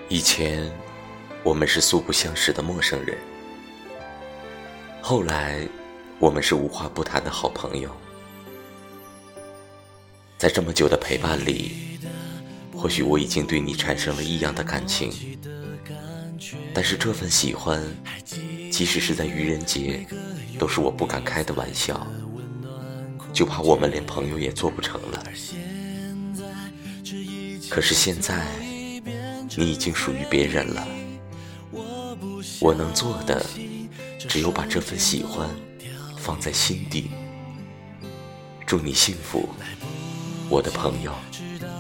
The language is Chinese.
以前我们是素不相识的陌生人，后来我们是无话不谈的好朋友。在这么久的陪伴里，或许我已经对你产生了异样的感情，但是这份喜欢，即使是在愚人节，都是我不敢开的玩笑，就怕我们连朋友也做不成了。可是现在你已经属于别人了，我能做的只有把这份喜欢放在心底。祝你幸福，我的朋友。